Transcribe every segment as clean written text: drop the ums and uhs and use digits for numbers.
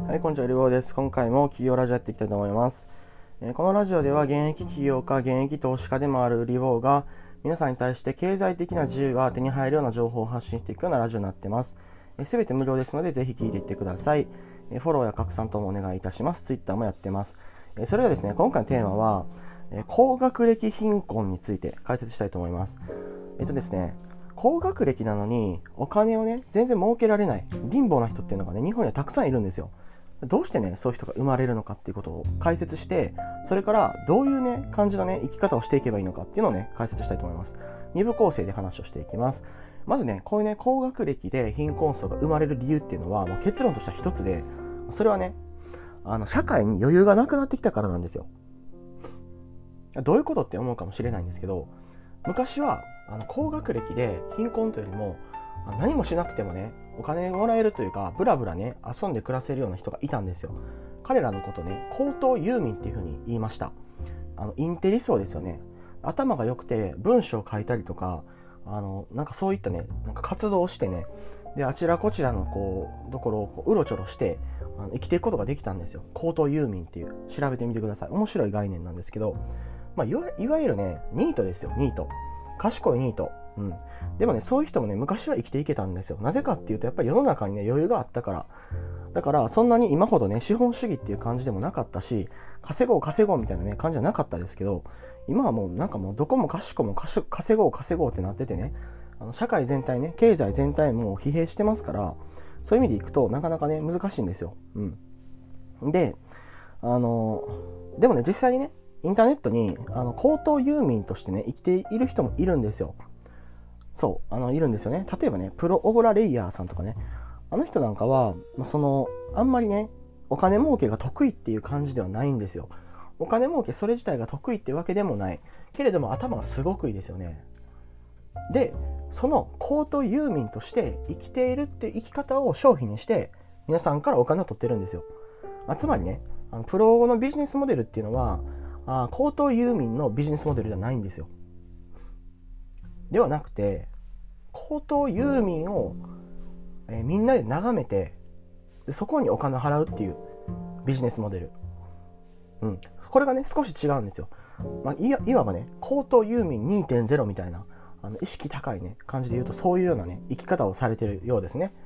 はい、こんにちは、りぼうです。今回も企業ラジオやっていきたいと思います。このラジオでは現役起業家、現役投資家でもあるりぼうが皆さんに対して経済的な自由が手に入るような情報を発信していくようなラジオになっています。すべて無料ですのでぜひ聞いていってください。フォローや拡散等もお願いいたします。ツイッターもやってます。それではですね、今回のテーマは高学歴貧困について解説したいと思います。ですね、高学歴なのにお金をね全然儲けられない貧乏な人っていうのがね日本にはたくさんいるんですよ。どうしてねそういう人が生まれるのかっていうことを解説して、それからどういうね感じのね生き方をしていけばいいのかっていうのをね解説したいと思います。2部構成で話をしていきます。まずね、こういうね高学歴で貧困層が生まれる理由っていうのはもう結論としては一つで、それはね社会に余裕がなくなってきたからなんですよ。どういうことって思うかもしれないんですけど、昔は高学歴で貧困というよりも何もしなくてもねお金もらえるというかブラブラね遊んで暮らせるような人がいたんですよ。彼らのことね高等遊民っていう風に言いました。インテリ層ですよね。頭が良くて文章を書いたりとかなんかそういったねなんか活動をしてね、であちらこちらのところをうろちょろして生きていくことができたんですよ。高等遊民っていう、調べてみてください。面白い概念なんですけど、いわゆるねニートですよ。ニート、賢いニート。でもねそういう人もね昔は生きていけたんですよ。なぜかっていうとやっぱり世の中にね余裕があったから。だからそんなに今ほどね資本主義っていう感じでもなかったし、稼ごうみたいなね感じじゃなかったですけど、今はもうなんかもうどこもかしこも稼ごうってなっててね、社会全体ね経済全体も疲弊してますから、そういう意味でいくとなかなかね難しいんですよ。ででもね実際にねインターネットに高等遊民としてね生きている人もいるんですよ。そういるんですよね。例えばねプロオゴラレイヤーさんとかね、あの人なんかは、あんまりねお金儲けが得意っていう感じではないんですよ。お金儲けそれ自体が得意ってわけでもないけれども頭がすごくいいですよね。でその高等遊民として生きているって生き方を商品にして皆さんからお金を取ってるんですよ。つまりねプロオゴのビジネスモデルっていうのは高等遊民のビジネスモデルじゃないんですよ。ではなくて高等遊民を、みんなで眺めて、でそこにお金を払うっていうビジネスモデル、これがね少し違うんですよ。いわばね高等遊民 2.0 みたいな意識高いね感じで言うとそういうようなね生き方をされてるようですね。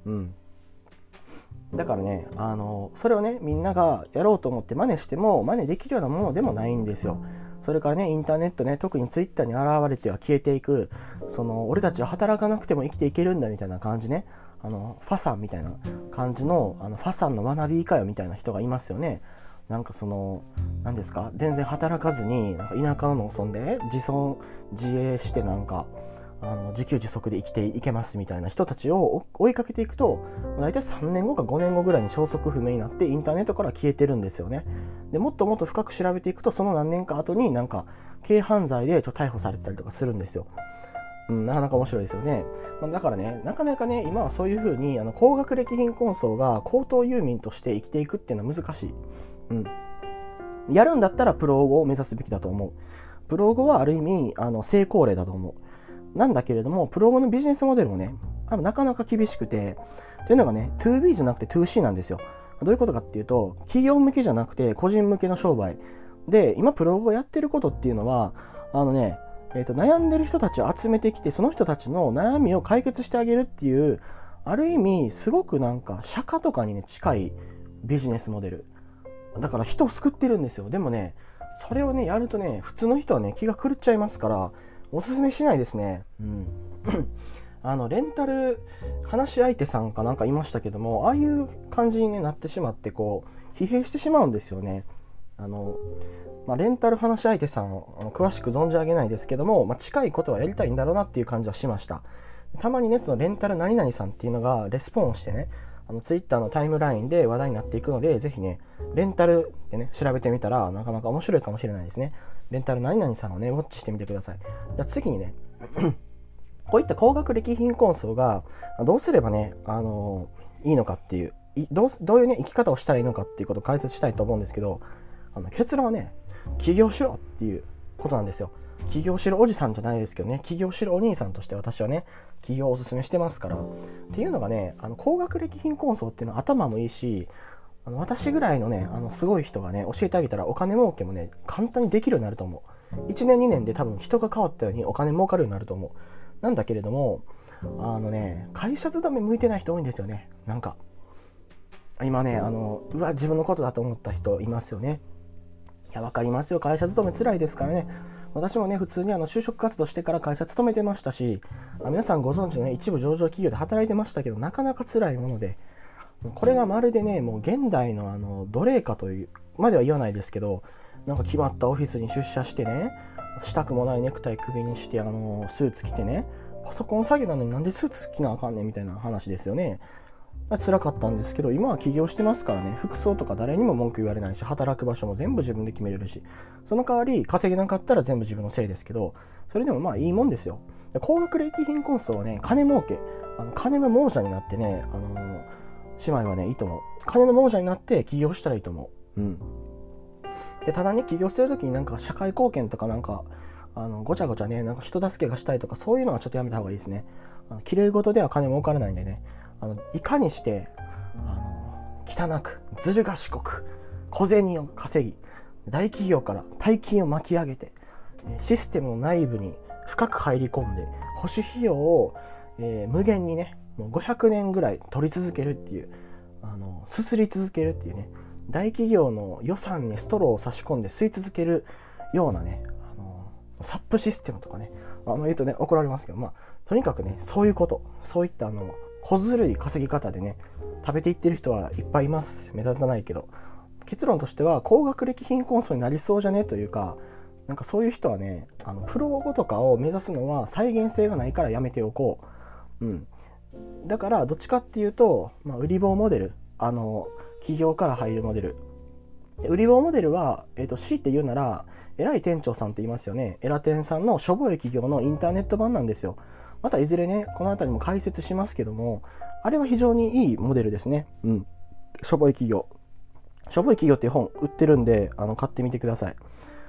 だからねそれをねみんながやろうと思って真似しても真似できるようなものでもないんですよ。それからねインターネットね、特にツイッターに現れては消えていく、俺たちは働かなくても生きていけるんだみたいな感じね、ファさんみたいな感じのファさんの学びかよみたいな人がいますよね。なんか何ですか、全然働かずになんか田舎の農村で自尊自衛してなんか自給自足で生きていけますみたいな人たちを追いかけていくと、大体3年後か5年後ぐらいに消息不明になってインターネットから消えてるんですよね。でもっともっと深く調べていくとその何年か後になんか軽犯罪で逮捕されてたりとかするんですよ。なかなか面白いですよね。だからねなかなかね今はそういう風に高学歴貧困層が高等遊民として生きていくっていうのは難しい。やるんだったらプロゴを目指すべきだと思う。プロゴはある意味成功例だと思う。なんだけれどもプロゴのビジネスモデルもねなかなか厳しくて、というのがね 2B じゃなくて 2C なんですよ。どういうことかっていうと、企業向けじゃなくて個人向けの商売で、今プロゴがやってることっていうのは悩んでる人たちを集めてきてその人たちの悩みを解決してあげるっていう、ある意味すごくなんか釈迦とかにね近いビジネスモデルだから人を救ってるんですよ。でもねそれをねやるとね普通の人はね気が狂っちゃいますからおすすめしないですね。レンタル話し相手さんかなんかいましたけども、ああいう感じに、ね、なってしまって疲弊してしまうんですよね。レンタル話し相手さんを詳しく存じ上げないですけども、近いことはやりたいんだろうなっていう感じはしました。たまにねそのレンタル何々さんっていうのがレスポンしてねツイッターのタイムラインで話題になっていくので、ぜひねレンタルでね調べてみたらなかなか面白いかもしれないですね。レンタル何々さんをねウォッチしてみてください。じゃあ次にねこういった高学歴貧困層がどうすればねいいのかっていう、どういうね生き方をしたらいいのかっていうことを解説したいと思うんですけど、結論はね起業しろっていうことなんですよ。起業しろおじさんじゃないですけどね、起業しろお兄さんとして私はね起業をおすすめしてますから。っていうのがね高学歴貧困層っていうのは頭もいいし私ぐらいのねすごい人がね教えてあげたらお金儲けもね簡単にできるようになると思う。1年2年で多分人が変わったようにお金儲かるようになると思う。なんだけれども会社勤め向いてない人多いんですよね。なんか今ねうわ自分のことだと思った人いますよね。いや分かりますよ。会社勤め辛いですからね。私もね普通に就職活動してから会社勤めてましたし、皆さんご存知のね一部上場企業で働いてましたけど、なかなか辛いもので、これがまるでねもう現代の奴隷化というまでは言わないですけど、なんか決まったオフィスに出社してね、したくもないネクタイ首にしてスーツ着てね、パソコン作業なのになんでスーツ着なあかんねんみたいな話ですよね。辛かったんですけど、今は起業してますからね、服装とか誰にも文句言われないし、働く場所も全部自分で決めれるし、その代わり稼げなかったら全部自分のせいですけど、それでもまあいいもんですよ。高学歴貧困層はね、金儲け、金の亡者になってね、姉妹はねいいと思う。金の亡者になって起業したらいいと思う。でただね、起業してる時になんか社会貢献とかなんかごちゃごちゃね、なんか人助けがしたいとかそういうのはちょっとやめた方がいいですね。綺麗事では金儲からないんでね、いかにして汚くずる賢く小銭を稼ぎ、大企業から大金を巻き上げてシステムの内部に深く入り込んで保守費用を、無限にねもう500年ぐらい取り続けるっていう、すすり続けるっていうね、大企業の予算にストローを差し込んで吸い続けるようなね、サップシステムとかね、言うとね怒られますけど、とにかくねそういうこと、そういった小ずるい稼ぎ方でね食べていってる人はいっぱいいます。目立たないけど、結論としては高学歴貧困層になりそうじゃねというか、なんかそういう人はねプロ語とかを目指すのは再現性がないからやめておこう。だからどっちかっていうと、売り棒モデル、企業から入るモデル、売り棒モデルは、強いて言うなら偉い店長さんって言いますよね。偉店さんのしょぼい企業のインターネット版なんですよ。またいずれねこの辺りも解説しますけども、あれは非常にいいモデルですね。しょぼい企業っていう本売ってるんで買ってみてください。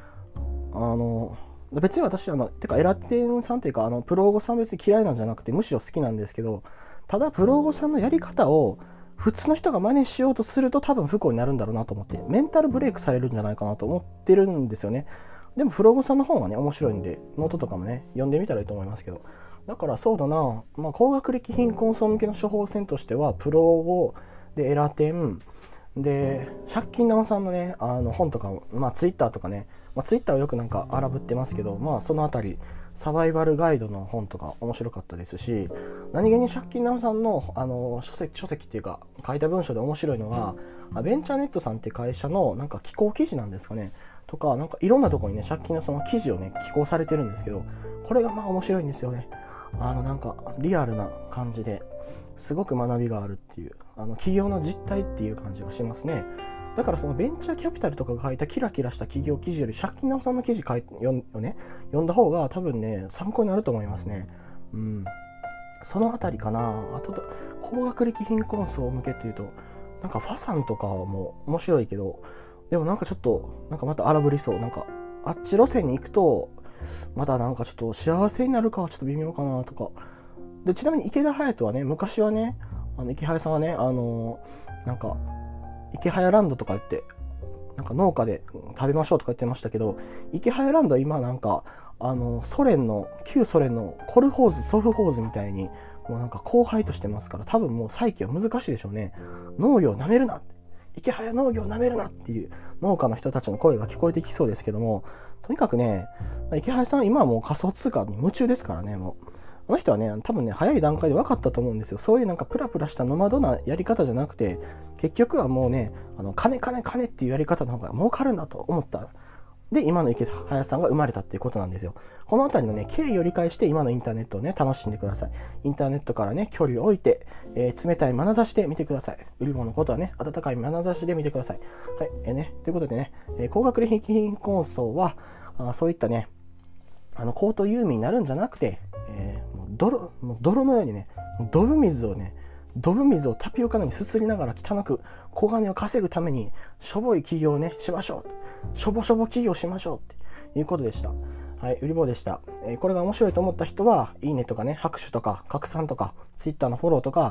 別に私偉店さんっていうかプロゴさん別に嫌いなんじゃなくてむしろ好きなんですけど、ただプロゴさんのやり方を普通の人が真似しようとすると多分不幸になるんだろうなと思って、メンタルブレイクされるんじゃないかなと思ってるんですよね。でもプロゴさんの本はね面白いんでノートとかもね読んでみたらいいと思いますけど、だからそうだな、高学歴貧困層向けの処方箋としてはプロゴでエラ店で借金玉さんのね本とかも、ツイッターとかね、ツイッターはよくなんか荒ぶってますけど、そのあたりサバイバルガイドの本とか面白かったですし、何気に借金玉さんの書籍っていうか書いた文章で面白いのが、ベンチャーネットさんって会社のなんか寄稿記事なんですかねとか、なんかいろんなところにね借金のその記事をね寄稿されてるんですけど、これが面白いんですよね。なんかリアルな感じですごく学びがあるっていう、企業の実態っていう感じがしますね。だからそのベンチャーキャピタルとかが書いたキラキラした企業記事より借金直さんの記事読んだ方が多分ね参考になると思いますね。そのあたりかな。あと高学歴貧困層向けっていうとなんかファさんとかも面白いけど、でもなんかちょっとなんかまた荒ぶりそう、なんかあっち路線に行くとまだなんかちょっと幸せになるかはちょっと微妙かなとかで、ちなみに池田隼人はね昔はね池早さんはねなんか池早ランドとか言ってなんか農家で食べましょうとか言ってましたけど、池早ランドは今なんか旧ソ連のコルホーズソフホーズみたいにもうなんか荒廃としてますから、多分もう再起は難しいでしょうね。農業なめるな、池早農業なめるなっていう農家の人たちの声が聞こえてきそうですけども、とにかくね池早さん今はもう仮想通貨に夢中ですからね。もうあの人はね多分ね早い段階で分かったと思うんですよ。そういうなんかプラプラしたノマドなやり方じゃなくて、結局はもうね金っていうやり方の方が儲かるんだと思ったで今の池早さんが生まれたっていうことなんですよ。このあたりのね経緯を理解して今のインターネットをね楽しんでください。インターネットからね距離を置いて、冷たい眼差しで見てください。売り物のことはね温かい眼差しで見てください。はい、ということでね、高学歴貧困層はそういったね高等遊民になるんじゃなくて、もう泥のようにねドブ水をタピオカのようにすすりながら汚く小金を稼ぐためにしょぼい企業をねしましょう、しょぼ企業しましょうっていうことでした。はい、売り棒でした。これが面白いと思った人はいいねとかね拍手とか拡散とかツイッターのフォローとか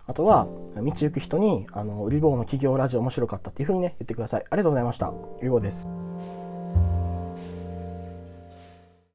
あとは道行く人にリボーの企業ラジオ面白かったっていうふうにね言ってください。ありがとうございました。リボーです。